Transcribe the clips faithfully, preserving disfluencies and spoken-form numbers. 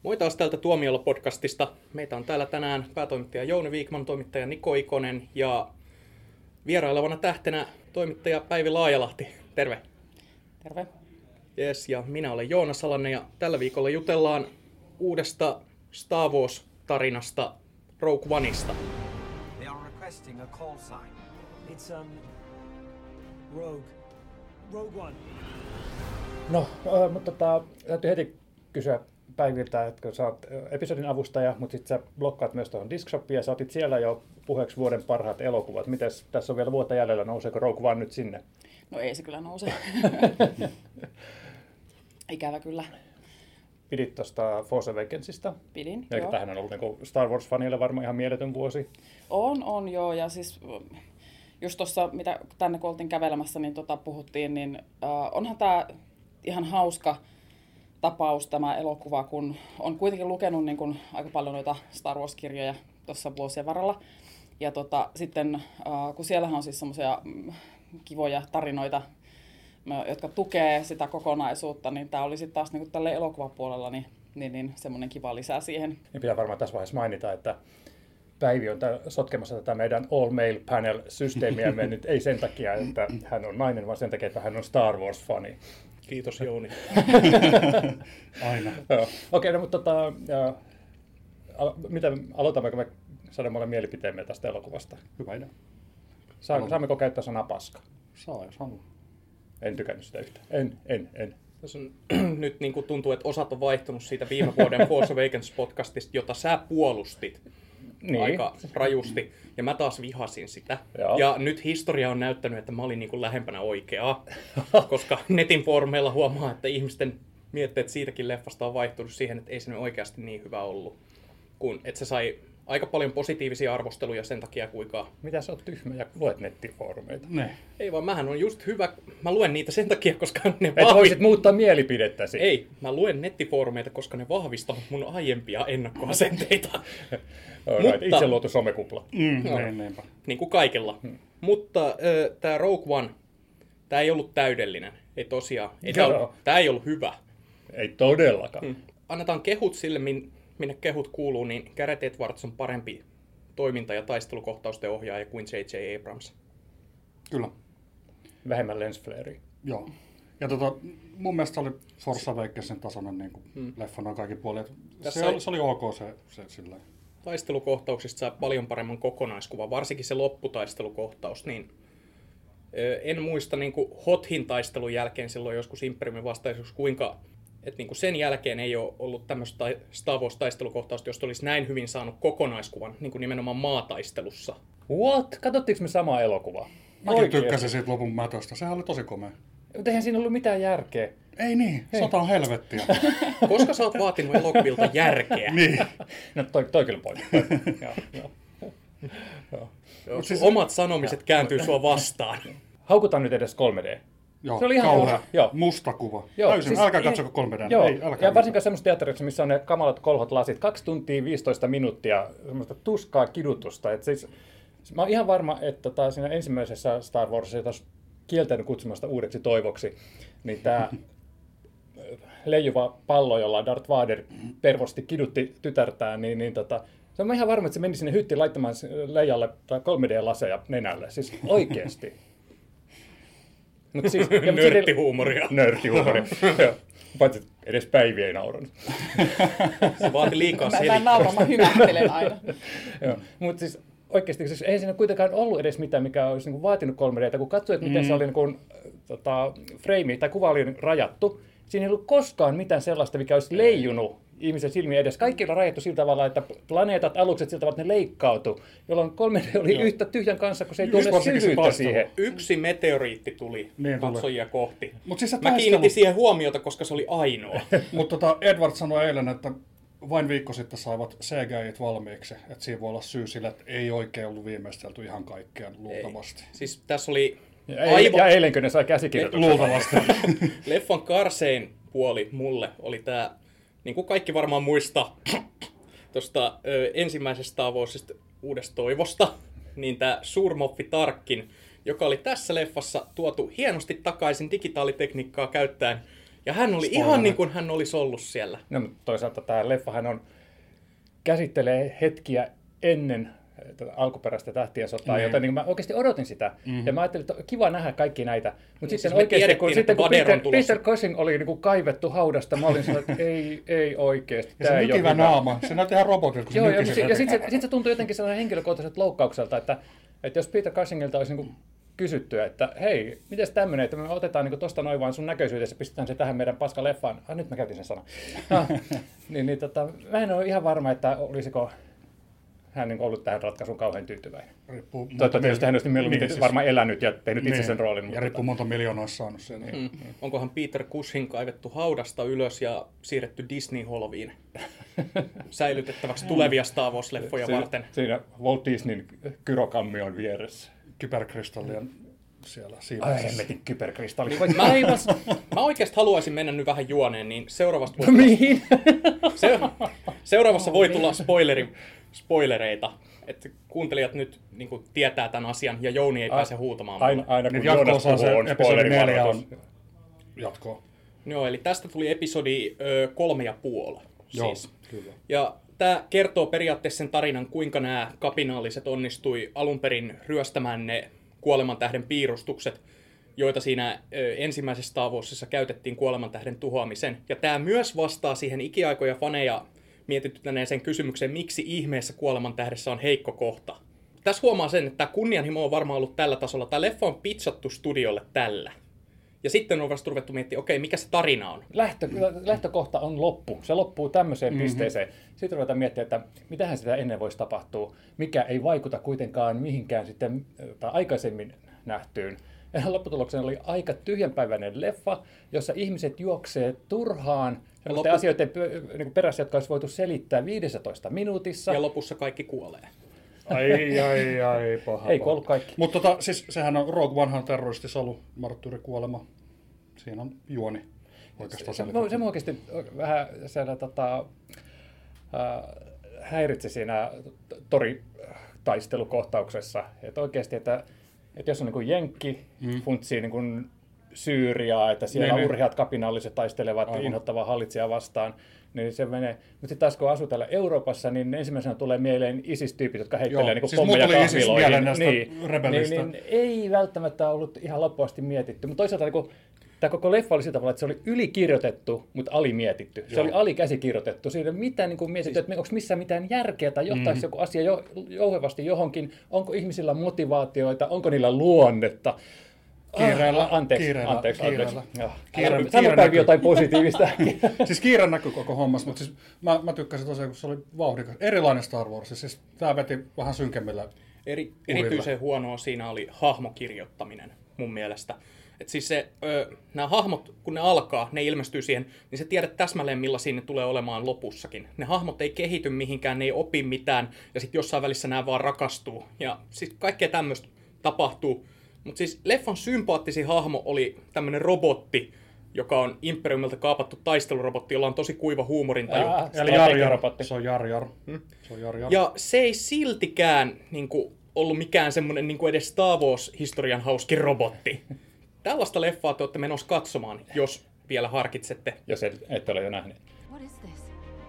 Moi taas täältä Tuomiolla-podcastista. Meitä on täällä tänään päätoimittaja Jouni Viikman, toimittaja Niko Ikonen ja vierailevana tähtenä toimittaja Päivi Laajalahti. Terve. Terve. Yes, ja minä olen Joona Salanen ja tällä viikolla jutellaan uudesta Star Wars-tarinasta Rogue Oneista. They are requesting a call sign. It's um Rogue. Rogue One. No, äh, mutta tota, täytyy heti kysyä Päiviltä, että sä oot episodin avustaja, mutta sitten sä blokkaat myös tuohon Discshopiin ja sä otit siellä jo puheeksi vuoden parhaat elokuvat. Mites tässä on vielä vuotta jäljellä, nouseeko Rogue One nyt sinne? No ei se kyllä nouse. Ikävä kyllä. Pidit tuosta Force Awakensista. Pidin, ja joo. Tämähän on ollut niin Star Wars-fanille varmaan ihan mieletön vuosi. On, on joo. Ja siis just tuossa, mitä tänne kun oltiin kävelemässä, niin tota puhuttiin, niin uh, onhan tämä ihan hauska tapaus tämä elokuva, kun on kuitenkin lukenut niin kun aika paljon noita Star Wars-kirjoja tuossa vuosien varrella. Ja tota, sitten, uh, kun siellähän on siis semmoisia mm, kivoja tarinoita, jotka tukee sitä kokonaisuutta, niin tämä oli sitten taas niin tälle elokuvapuolella niin, niin, niin semmoinen kiva lisää siihen. Niin pitää varmaan tässä vaiheessa mainita, että Päivi on sotkemassa tätä meidän all-male panel-systeemiä nyt ei sen takia, että hän on nainen, vaan sen takia, että hän on Star Wars-fani. Kiitos Jouni. Aina. Okei, okay, no, mutta tota, ja, al- mitä, aloitammeko me sanomalle mielipiteemme tästä elokuvasta? Hyvä idea. Saa, saammeko käyttää sanaa paska? Saa, jos haluaa. En tykännyt sitä yhtään. En, en, en. Tässä on, nyt niin kuin tuntuu, että osat on vaihtunut siitä viime vuoden Force Awakens-podcastista, jota sä puolustit niin aika rajusti, ja mä taas vihasin sitä. Joo. Ja nyt historia on näyttänyt, että mä olin niin kuin lähempänä oikeaa, koska netin foorumeilla huomaa, että ihmisten mietteet siitäkin leffasta on vaihtunut siihen, että ei se nyt oikeasti niin hyvä ollut, kun että se sai aika paljon positiivisia arvosteluja sen takia, kuinka... Mitä sä oot tyhmä ja luet nettifoorumeita? Ne. Ei vaan, mähän on just hyvä... Mä luen niitä sen takia, koska ne Et vahvi... voisit muuttaa mielipidettäsi. Ei, mä luen nettifoorumeita, koska ne vahvistavat mun aiempia ennakkoasenteita. Right. Itse luotu somekupla. Mm, no. Niin, niinpä. Niin kuin kaikilla. Hmm. Mutta äh, tää Rogue One, tää ei ollut täydellinen. Ei tosiaan. Ei tää, ollut, tää ei ollut hyvä. Ei todellakaan. Hmm. Annetaan kehut sille, min, minne kehut kuuluu, niin Gareth Edwards on parempi toiminta- ja taistelukohtausten ohjaaja kuin J J Abrams. Kyllä. Vähemmän lensflarea. Joo. Ja tota, mun mielestä se oli Force Awakensin tasoinen niin hmm. leffa noin kaikki puolin. Se, oli, se oli ok se, se silleen. Taistelukohtauksista saa paljon paremman kokonaiskuvan, varsinkin se lopputaistelukohtaus, niin en muista niin kuin Hothin taistelun jälkeen silloin joskus Imperiumin vastaisuus, kuinka että niin kuin sen jälkeen ei ole ollut tämmöistä Star Wars-taistelukohtausta, josta olisi näin hyvin saanut kokonaiskuvan, niin kuin nimenomaan maataistelussa. What? Katsottiinko me samaa elokuvaa? Mäkin Oikein. tykkäsin siitä lopun mätöstä, sehän oli tosi komea. Mutta eihän siinä ollut mitään järkeä. Ei niin, Hei. Sota on helvettiä. Koska sä oot vaatinut elokuvilta järkeä. Niin. No toi, toi kyllä pointti. Joo, joo. Joo. Joo, siis... Omat sanomiset kääntyy sua vastaan. Haukutaan nyt edes kolme D. Joo, se oli ihan kauhea, joo. musta kuva. Joo, Täysin, siis, älkää katsoko kolme D. Joo, ei, älkää ja varsinkaan semmoista teatterissa, missä on ne kamalat kolhot lasit. Kaksi tuntia viisitoista minuuttia semmoista tuskaa kidutusta. Et siis, mä oon ihan varma, että taas siinä ensimmäisessä Star Warsissa, jota kieltänyt kutsumasta uudeksi toivoksi, niin tämä leijuva pallo, jolla Darth Vader pervosti kidutti tytärtään, niin, niin tota, se on ihan varma, että se meni sinne hyttiin laittamaan Leijalle kolme D-laseja nenälle. Siis oikeesti. Siis, nörttihuumoria. Nörttihuumoria. Paitsi edes Päivi ei nauranut. Se vaati liikaa selittää. Mä nauran, mä hymähtelen aina. Mutta siis oikeasti, siis ei siinä kuitenkaan ollut edes mitään, mikä olisi niin vaatinut kolme D:tä. Kun katsoit, miten mm. se oli niin kuin, tota, frame tai kuva oli rajattu, siinä ei ollut koskaan mitään sellaista, mikä olisi leijunut ihmisen silmiä edes. Kaikki oli rajattu sillä tavalla, että planeetat, alukset sillä tavalla, että ne leikkautu, jolloin kolme D oli Joo. yhtä tyhjän kanssa, kun se ei tule syvyyttä siihen. Yksi meteoriitti tuli niin katsojia tuli. kohti. Mut siis Mä taistelu... kiinnitin siihen huomiota, koska se oli ainoa. Mutta tota, Edward sanoi eilen, että vain viikko sitten saivat C G I valmiiksi. Että siinä voi olla syy sillä, että ei oikein ollut viimeistelty ihan kaikkea luultavasti. Ei. Siis tässä oli... Ja, aivan... ja eilenkö ne sai käsikirjoituksen? Luultavasti. Leffan karsein puoli mulle oli tämä, niin kuin kaikki varmaan muistaa, tuosta ensimmäisestä Star Warsista Uudesta toivosta, niin tämä Suurmoffi Tarkin, joka oli tässä leffassa tuotu hienosti takaisin digitaalitekniikkaa käyttäen Ja hän oli Spoiler. ihan niin kuin hän olisi ollut siellä. No, mutta toisaalta tämä leffahan on, käsittelee hetkiä ennen tätä alkuperäistä Tähtien sotaa, Mm. joten niin mä oikeasti odotin sitä. Mm. Ja mä ajattelin, että on kiva nähdä kaikki näitä. Mutta Niin, sitten siis me oikeasti, kun, tiedettiin, sitten, että kun Vader on Peter, tulossa. Peter Cushing oli niin kuin kaivettu haudasta, mä olin sellainen, että ei, ei oikeasti. Ja se tää ei nykivä ole hyvä. naama, se näytti ihan robotilta, kun se Joo, ja, nyki ja, sen sitten se, sit se tuntui jotenkin sellainen henkilökohtaiselta loukkaukselta, että, että jos Peter Cushingilta olisi niin kysytty, että hei, miten tämmöinen, että me otetaan niin tuosta noin vaan sun näköisyydestä ja pistetään se tähän meidän paska leffaan. Ah, nyt mä käytin sen sanan. Ah, niin, niin, tota, mä en ole ihan varma, että olisiko hän niin ollut tähän ratkaisuun kauhean tyytyväinen. Riippuu monta Toivottavasti tietysti hän olisi mieluummin niin, siis- varmaan elänyt ja tehnyt itse niin, sen roolin. Ja mutta riippuu tota, monta miljoonaa olisi saanut sen. Niin. Mm. Onkohan Peter Cushing kaivettu haudasta ylös ja siirretty Disney-holviin säilytettäväksi tulevia Star Wars-leffoja siinä, varten? siinä Walt Disneyn kyrokammion vieressä. Kyberkristallien siellä Ai siiväksessä. hemmetin kyberkristalli. Voi taivas! Mä oikeasti haluaisin mennä nyt vähän juoneen, niin seuraavasta voi No mihin? Se, seuraavassa voi tulla spoileri, spoilereita, että kuuntelijat nyt niin kuin, tietää tämän asian ja Jouni ei pääse huutamaan. Aina, mulle. aina kun Nyt Joonas jatko-osa puhuu, on se episodi neljä spoilerivaroitus. on jatkoa. Joo, eli tästä tuli episodi ö, kolme ja puoli. Joo, Siis. kyllä. Ja tämä kertoo periaatteessa sen tarinan, kuinka nämä kapinaaliset onnistui alun perin ryöstämään ne kuolemantähden piirustukset, joita siinä ö, ensimmäisessä Star Warsissa käytettiin kuolemantähden tuhoamisen. Ja tämä myös vastaa siihen ikiaikoja faneja mietityttäneeseen kysymykseen, miksi ihmeessä kuolemantähdessä on heikko kohta. Tässä huomaa sen, että tämä kunnianhimo on varmaan ollut tällä tasolla. Tämä leffa on pizzattu studiolle tällä. Ja sitten on vasta ruvettu miettimään, okei, mikä se tarina on. Lähtö, lähtökohta on loppu. Se loppuu tämmöiseen mm-hmm. pisteeseen. Sitten ruvetaan miettimään, että mitähän sitä ennen voisi tapahtua, mikä ei vaikuta kuitenkaan mihinkään sitten tai aikaisemmin nähtyyn. Ja lopputuloksena oli aika tyhjänpäiväinen leffa, jossa ihmiset juoksee turhaan loppu... asioiden niin perässä, jotka olisi voitu selittää viidessätoista minuutissa. Ja lopussa kaikki kuolee. Ai, ai, ai, paha. Ei kuollut kaikki. Mutta tota, siis sehän on Rogue Onehan terroristisalu, marttyyrikuolema. Siinä on juoni. Oikeastaan Se, selitetty. se, se oikeasti vähän siellä, tota, äh, häiritsi siinä toritaistelukohtauksessa. Että oikeasti, että, että jos on niin kuin jenkki, mm. funtsii niin kuin Syyriaa, että siellä niin, urheat kapinalliset taistelevat aivan. inhottavaa hallitsijaa vastaan, niin se menee. Mutta sitten taas kun asuu täällä Euroopassa, niin ensimmäisenä tulee mieleen ISIS-tyypit, jotka heittelee niin siis pommeja mulla tuli ISIS kahviloihin. mieleen näistä Niin, rebellistä. niin, niin, ei välttämättä ollut ihan loppuasti mietitty. Mutta toisaalta niin kun, tämä koko leffa oli sillä tavalla, että se oli ylikirjoitettu, mutta alimietitty. Se Joo. oli alikäsikirjoitettu. Siinä ei ole mitään niin kuin mietitty, että onko missään mitään järkeä tai johtaisi mm. joku asia jo, jouhevasti johonkin. Onko ihmisillä motivaatioita, onko niillä luonnetta. Kiireellä, Ah, anteeksi, kiireellä, anteeksi, kiireellä. anteeksi. Joo. Kiire- Sano- kiire Sano Päivi näkyy. jotain positiivista. Siis kiire näkyy koko hommassa, mutta siis mä, mä tykkäsin tosiaan, kun se oli vauhdikas. Erilainen Star Wars. Siis tää veti vähän synkemmillä. Eri, Uhilla. erityisen huonoa siinä oli hahmokirjoittaminen mun mielestä. Et siis se, ö, nämä hahmot, kun ne alkaa, ne ilmestyy siihen, niin sä tiedät täsmälleen millaisia ne tulee olemaan lopussakin. Ne hahmot ei kehity mihinkään, ne ei opi mitään, ja sitten jossain välissä nämä vaan rakastuu. Ja siis kaikkea tämmöistä tapahtuu. Mutta siis leffan sympaattisin hahmo oli tämmöinen robotti, joka on Imperiumilta kaapattu taistelurobotti, jolla on tosi kuiva huumorintaju. Ah, Eli Jar Jar. strategiarobotti. Se on Jar Jar. Se on Jar Jar. Ja se ei siltikään niin kuin, ollut mikään semmoinen niin kuin edes Star Wars-historian hauskin robotti. Tällaista leffaa te olette menossa katsomaan, jos vielä harkitsette. Jos et, ette ole jo nähneet. What is this?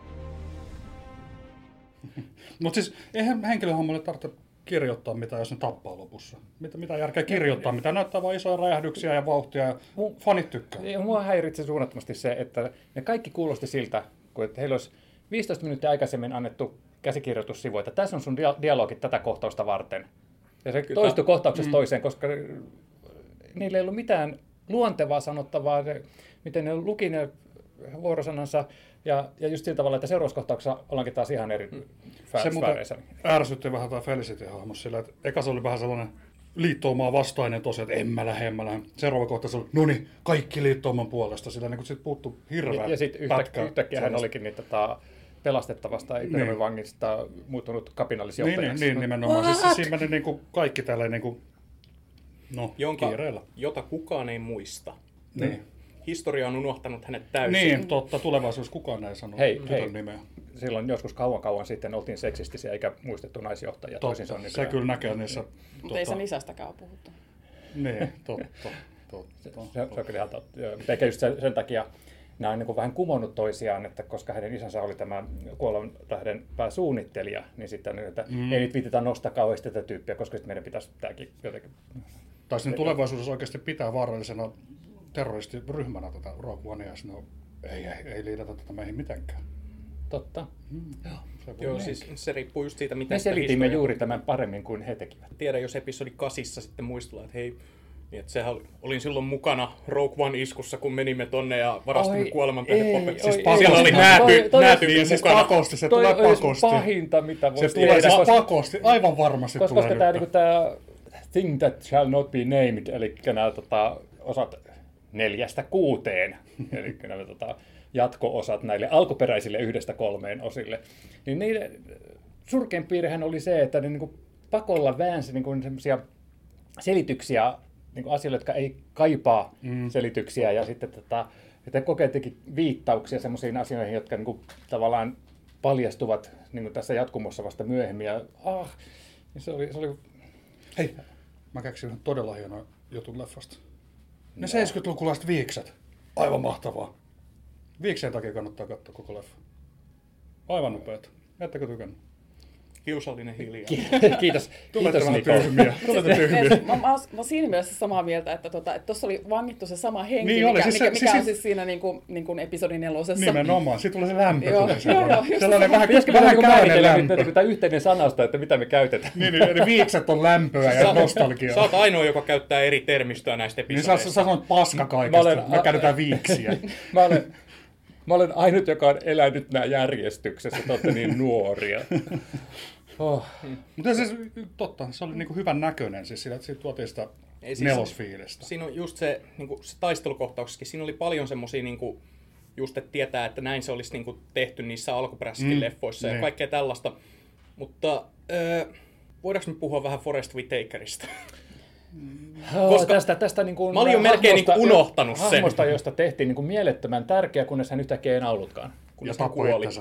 Mutta siis eihän henkilöhahmolle tarvitse kirjoittaa mitään, jos ne tappaa lopussa. Mitä, mitä järkeä kirjoittaa, mitä näyttää vain isoja räjähdyksiä ja vauhtia ja fanit tykkää. Ja mua häiritsi suunnattomasti se, että ne kaikki kuulosti siltä, kun että heillä olisi viisitoista minuuttia aikaisemmin annettu käsikirjoitussivu, että tässä on sun dia- dialogit tätä kohtausta varten. Ja se Kyllä. toistui kohtauksesta mm. toiseen, koska niillä ei ollut mitään luontevaa sanottavaa, ne, miten ne luki ne vuorosanansa, ja, ja just sillä tavalla, että seuraavassa kohtauksessa ollaankin taas ihan eri mm. Se muuten ärsytti vähän tämä Felicity-hahmos sillä, että eka se oli vähän sellainen liittoumaa vastainen tosiaan, että en mä lähde, en mä lähde. Seuraava kohta se oli, no niin, kaikki liittouman puolesta, sillä niin siitä puuttui hirveä Ja, ja sitten yhtäkkiä, yhtäkkiä hän olikin niitä tota, pelastettavasta Imperiumin niin. vangista muuttunut kapinallisjohtajaksi. Niin, niin, nimenomaan. Siis, siinä meni niin kuin kaikki tälleen niin kuin, no, Jonka, kiireellä. jota kukaan ei muista. Niin. Historia on unohtanut hänet täysin. Niin, totta. Tulevaisuudessa kukaan ei sano Hei, tytön hei. nimeä. Silloin joskus kauan kauan sitten oltiin seksistisiä eikä muistettu naisjohtajia. Toisin se on Totta. Se nykyään. kyllä näkee niissä. Mutta ei sen isästäkään ole puhuttu. Niin, totta. Totta. Se, se on kyllä ihan totta. Joo, mutta ehkä just sen, sen takia nämä on niin kuin vähän kumonnut toisiaan, että koska hänen isänsä oli tämä Kuolevan tähden pääsuunnittelija, niin sitten että mm. ei nyt viititä nostaa kauheasti tätä tyyppiä, koska sitten meidän pitäisi tämäkin jotenkin... Tai sitten tulevaisuudessa oikeasti pitää vaarallisena terroristiryhmänä tätä Rogue Onea, no, ei, ei, ei liitetä tätä meihin mitenkään. Totta. Mm. Joo, Joo, siis se riippuu just siitä, miten me sitä selitimme historiaa... juuri tämän paremmin kuin he tekivät. Tiedän, jos episodi kasissa sitten muistellaan, että hei, niin että sehän oli, olin silloin mukana Rogue One-iskussa, kun menimme tonne ja varastimme Oi, kuolemantähden. Siis oi, siellä ei, oli ei, nääty, toi- toi- nääty Niin, siis mukana. pakosti, se Toi tulee olisi pakosti. pahinta, mitä Se voisi tulee tehdä, siis koska- pakosti, aivan varmasti Koska, tulee koska tämä, nyt. niin tämä thing that shall not be named, eli nämä tota, osat neljästä kuuteen, eli nämä tota, jatko-osat näille alkuperäisille yhdestä kolmeen osille, niin niiden surkein piirrehän oli se, että ne niin kuin pakolla väänsi niin kuin semmoisia selityksiä niin kuin asioille, jotka ei kaipaa mm. selityksiä, ja sitten tota, että kokeet teki viittauksia semmoisiin asioihin, jotka niin kuin, tavallaan paljastuvat niin kuin tässä jatkumossa vasta myöhemmin, ja ah, niin se oli, se oli... Hei, mä keksin yhden todella hienon jutun leffasta. Ne seitsemänkymmentälukulaiset viikset. Aivan mahtavaa. Viikseen takia kannattaa katsoa koko leffa. Aivan nopeeta. Ettekö tykännyt? Kiusallinen hiljaa. Kiitos, Tulette kiitos vähän Niko. tyhmiä. Tulette tyhmiä. Mä, mä, oon- mä oon siinä mielessä samaa mieltä, että tuossa että tossa oli vangittu se sama henki, Niin mikä, oli, siis se- mikä, mikä siis on se- siis siinä niin kuin, niin kuin episodin nelosessa. Nimenomaan. Siitä tulee se lämpö. Joo, tulee joo, sellainen. joo, just Sellainen se. vähän, Pitäisikö vähän meidän käinen määritellä lämpö. nyt tämä yhteinen sanasta, että mitä me käytetään? Niin, niin, eli viikset on lämpöä ja nostalgiaa. Sä oot ainoa, joka käyttää eri termistöä näistä Niin sä, episodeista. sä sanoit paska Mä kaikesta. olen- Me käytetään viiksiä. Mä olen, mä olen ainut, joka on elänyt nämä järjestyksessä, te olette niin nuoria. Oh. Mutta siis totta, se oli niinku hyvän näköinen. Siis siitä, siitä tuotiin sitä Ei, siis- nelosfiilistä. Siinä on just se, niin kuin, se taistelukohtauksessakin, siinä oli paljon semmosia, niin kuin, just että tietää, että näin se olisi niin kuin, tehty niissä alkuperäisissäkin Mm, leffoissa ja niin. kaikkea tällaista. Mutta öö, voidaanko me puhua vähän Forest Whitakerista? Oh, Koska tästä, tästä niin kuin mä olin jo melkein niin kuin unohtanut sen. Hahmosta, josta tehtiin niin kuin mielettömän tärkeä, kunnes hän yhtäkkiä ei enää ollutkaan. Ja Kunnes hän tappoi kuoli. itsensä.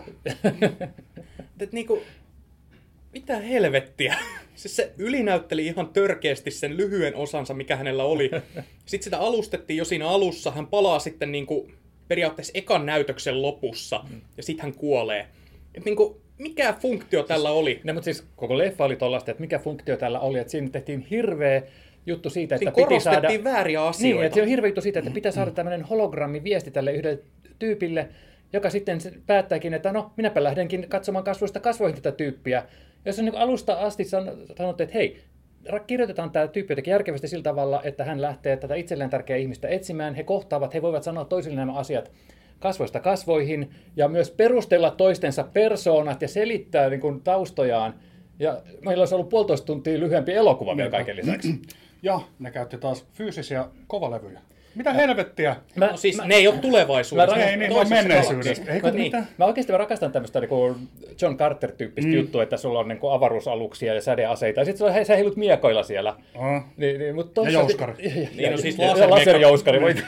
Et niinku, mitä helvettiä? Siis se ylinäytteli ihan törkeästi sen lyhyen osansa, mikä hänellä oli. Sitten sitä alustettiin jo siinä alussa. Hän palaa sitten niinku periaatteessa ekan näytöksen lopussa. Ja sitten hän kuolee. Et niinku, mikä funktio tällä oli? No, mutta siis koko leffa oli tollaista, että mikä funktio tällä oli, että siinä tehtiin hirveä juttu siitä, että Siinä piti korostettiin saada... vääriä Niin, asioita. että se on hirveä juttu siitä, että pitää saada tämmöinen hologrammiviesti tälle yhdelle tyypille, joka sitten se päättääkin, että no, minäpä lähdenkin katsomaan kasvoista kasvoihin tätä tyyppiä. Jos on niin alusta asti sanottu, että hei, kirjoitetaan tämä tyyppi jotenkin järkevästi sillä tavalla, että hän lähtee tätä itselleen tärkeää ihmistä etsimään, he kohtaavat, he voivat sanoa toisille nämä asiat kasvoista kasvoihin ja myös perustella toistensa persoonat ja selittää niin kuin taustojaan. Ja meillä olisi ollut puolitoista tuntia lyhyempi elokuva vielä kaiken lisäksi. Ja ne käytti taas fyysisiä kovalevyjä. Mitä helvettiä? Mä, No siis mä, ne ei ole tulevaisuudessa. Mä- ne on Ei, niin, toisessa ne on menneisyydestä. galaksissa. Eikö Niin. mitä? Mä oikeasti mä rakastan tämmöistä niin kuin John Carter-tyyppistä mm. juttua, että sulla on niin kuin avaruusaluksia ja sädeaseita, ja sitten he, sä heilut miekoilla siellä. Ah. Niin, niin, mutta tossa, Ja jouskari. Ja, ja, Niin, no siis ja, lasermiekka- laserjouskari. Voi.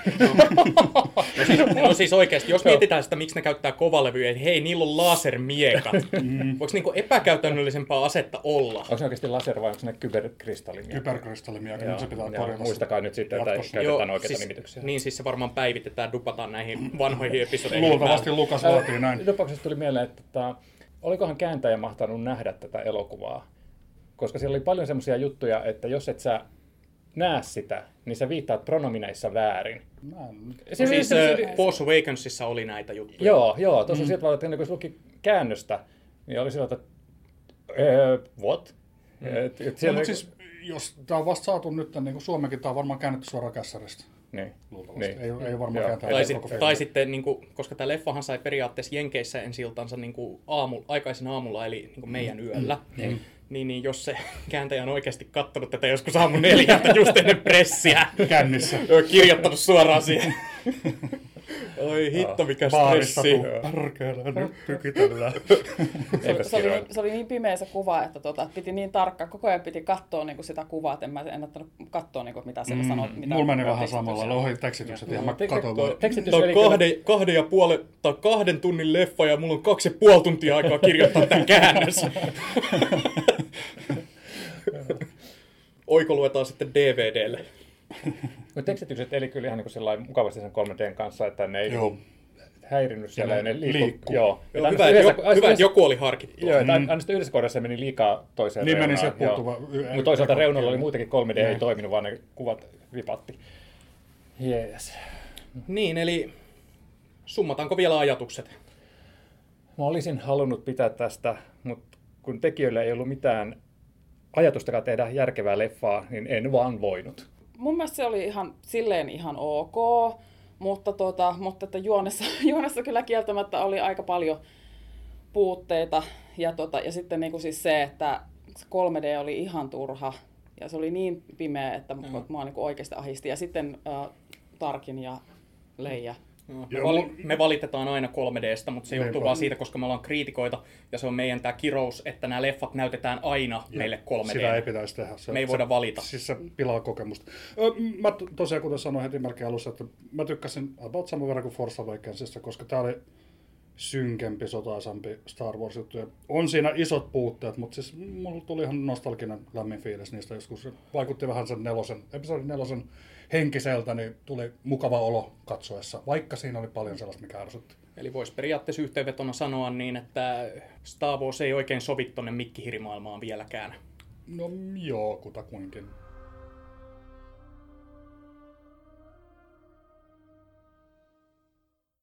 No siis, no siis oikeasti, jos mietitään sitä, miksi ne käyttää kovalevyjä, että hei, niillä on lasermiekat. Mm. Voiko niinku epäkäytännöllisempää asetta olla? Onko se oikeasti laser vai onko se ne kyberkristallimia? Hyperkristallimiakin, Joo, nyt se pitää joo, korjata. muistakaa nyt sitten, että jatkossa. käytetään oikeita siis, nimityksiä. niin siis se varmaan päivitetään, dupataan näihin vanhoihin episodeihin. Luultavasti Lukas vaatii näin. Tapauksessa tuli mieleen, että tota, olikohan kääntäjä mahtanut nähdä tätä elokuvaa? Koska siellä oli paljon semmoisia juttuja, että jos et sä näe sitä, niin sä viittaat pronomineissa väärin. Mä en- No Se- siis se- äh, se- Force Awakensissa oli näitä juttuja. Joo, joo. Tuossa mm. sieltä vaan, että kun se luki käännöstä, niin oli sillä, että uh, what? Mm. Et, et No, siellä, mutta siis, jos tämä on vasta saatu nyt, niin kuin Suomenkin, tämä on varmaan käännetty suoraan kässäristä. niin. Luultavasti. Niin. Ei, ei varmaan Joo. kääntää Tai, edes sit, koko tai filmiä. sitten, niin kuin, koska tämä leffahan sai periaatteessa Jenkeissä ensi-iltansa niin kuin aamu, aikaisin aamulla, eli niin kuin meidän yöllä. Mm. Niin, niin jos se kääntäjä on oikeasti kattonut tätä joskus aamun neljältä just ennen pressiä, Kännissä. joo, kirjoittanut suoraan siihen. Oi hitto, mikä Baarissa stressi. tuu pärkeellä, nyt tykitellään. Eipäs Se oli, kiroilla. niin, se oli niin pimeä se kuva, että tota, että piti niin tarkka, koko ajan piti katsoa niin kuin sitä kuvaa, että en mä en ottanut katsoa, niin kuin, mitä siellä mm, sanoit. Mitä Mulla meni vähän tekstitys samalla, siellä. ohi tekstitykset, ja mä Tek- katsoin vaan. Tekstitys Tämä eli on kahden, kahden, ja puole, tai kahden tunnin leffa ja mulla on kaksi ja puoli tuntia aikaa kirjoittaa tämän käännös. Oiko luetaan sitten D V D:lle. Mutta tekstitykset eli kyllä ihan niin kuin mukavasti sen kolme D:n kanssa, että ne ei Joo. häirinnyt siellä ja ne liikkuu. liikkuu. Joo. Joo, hyvä, että, yhdessä, jo, hyvä, että joku oli harkittua. Joo, että mm. aina yhdessä kohdassa meni liikaa toiseen Niin reunaan. meni se puuttuva. Mutta toisaalta reunalla oli muutenkin kolme D ei Näin. toiminut, vaan ne kuvat vipatti. Jees. Niin, eli summataanko vielä ajatukset? Mä olisin halunnut pitää tästä, mutta kun tekijöillä ei ollut mitään ajatustakaan tehdä järkevää leffaa, niin en vaan voinut. Mun mielestä se oli ihan, silleen ihan ok, mutta, tota, mutta että juonessa, juonessa kyllä kieltämättä oli aika paljon puutteita. Ja, tota, ja sitten niin kuin siis se, että kolme D oli ihan turha ja se oli niin pimeä, että mm. mua niin kuin oikeasti ahisti. Ja sitten äh, Tarkin ja Leija. No, me, vali- me valitetaan aina kolme D:stä, mutta se Niin johtuu vaan. vaan siitä, koska me ollaan kriitikoita ja se on meidän tämä kirous, että nämä leffat näytetään aina Ja meille kolme D. Sitä ei pitäisi tehdä. Se, Me ei se, voida valita. Siis se pilaa kokemusta. Ö, mä t- tosiaan, kuten sanoin heti melkein alussa, että mä tykkäsin about saman verran kuin Force Awakensista, koska tää oli synkempi, sotaisampi Star Wars-juttu. Ja on siinä isot puutteet, mutta siis mulla tuli ihan nostalginen lämmin fiilis niistä joskus. Se vaikutti vähän sen nelosen, episodin nelosen henkiseltä, niin tuli mukava olo katsoessa, vaikka siinä oli paljon sellaista, mikä ärsytti. Eli voisi periaatteessa yhteenvetona sanoa niin, että Star Wars ei oikein sovi tonne mikkihirimaailmaan vieläkään. No joo, kutakuinkin.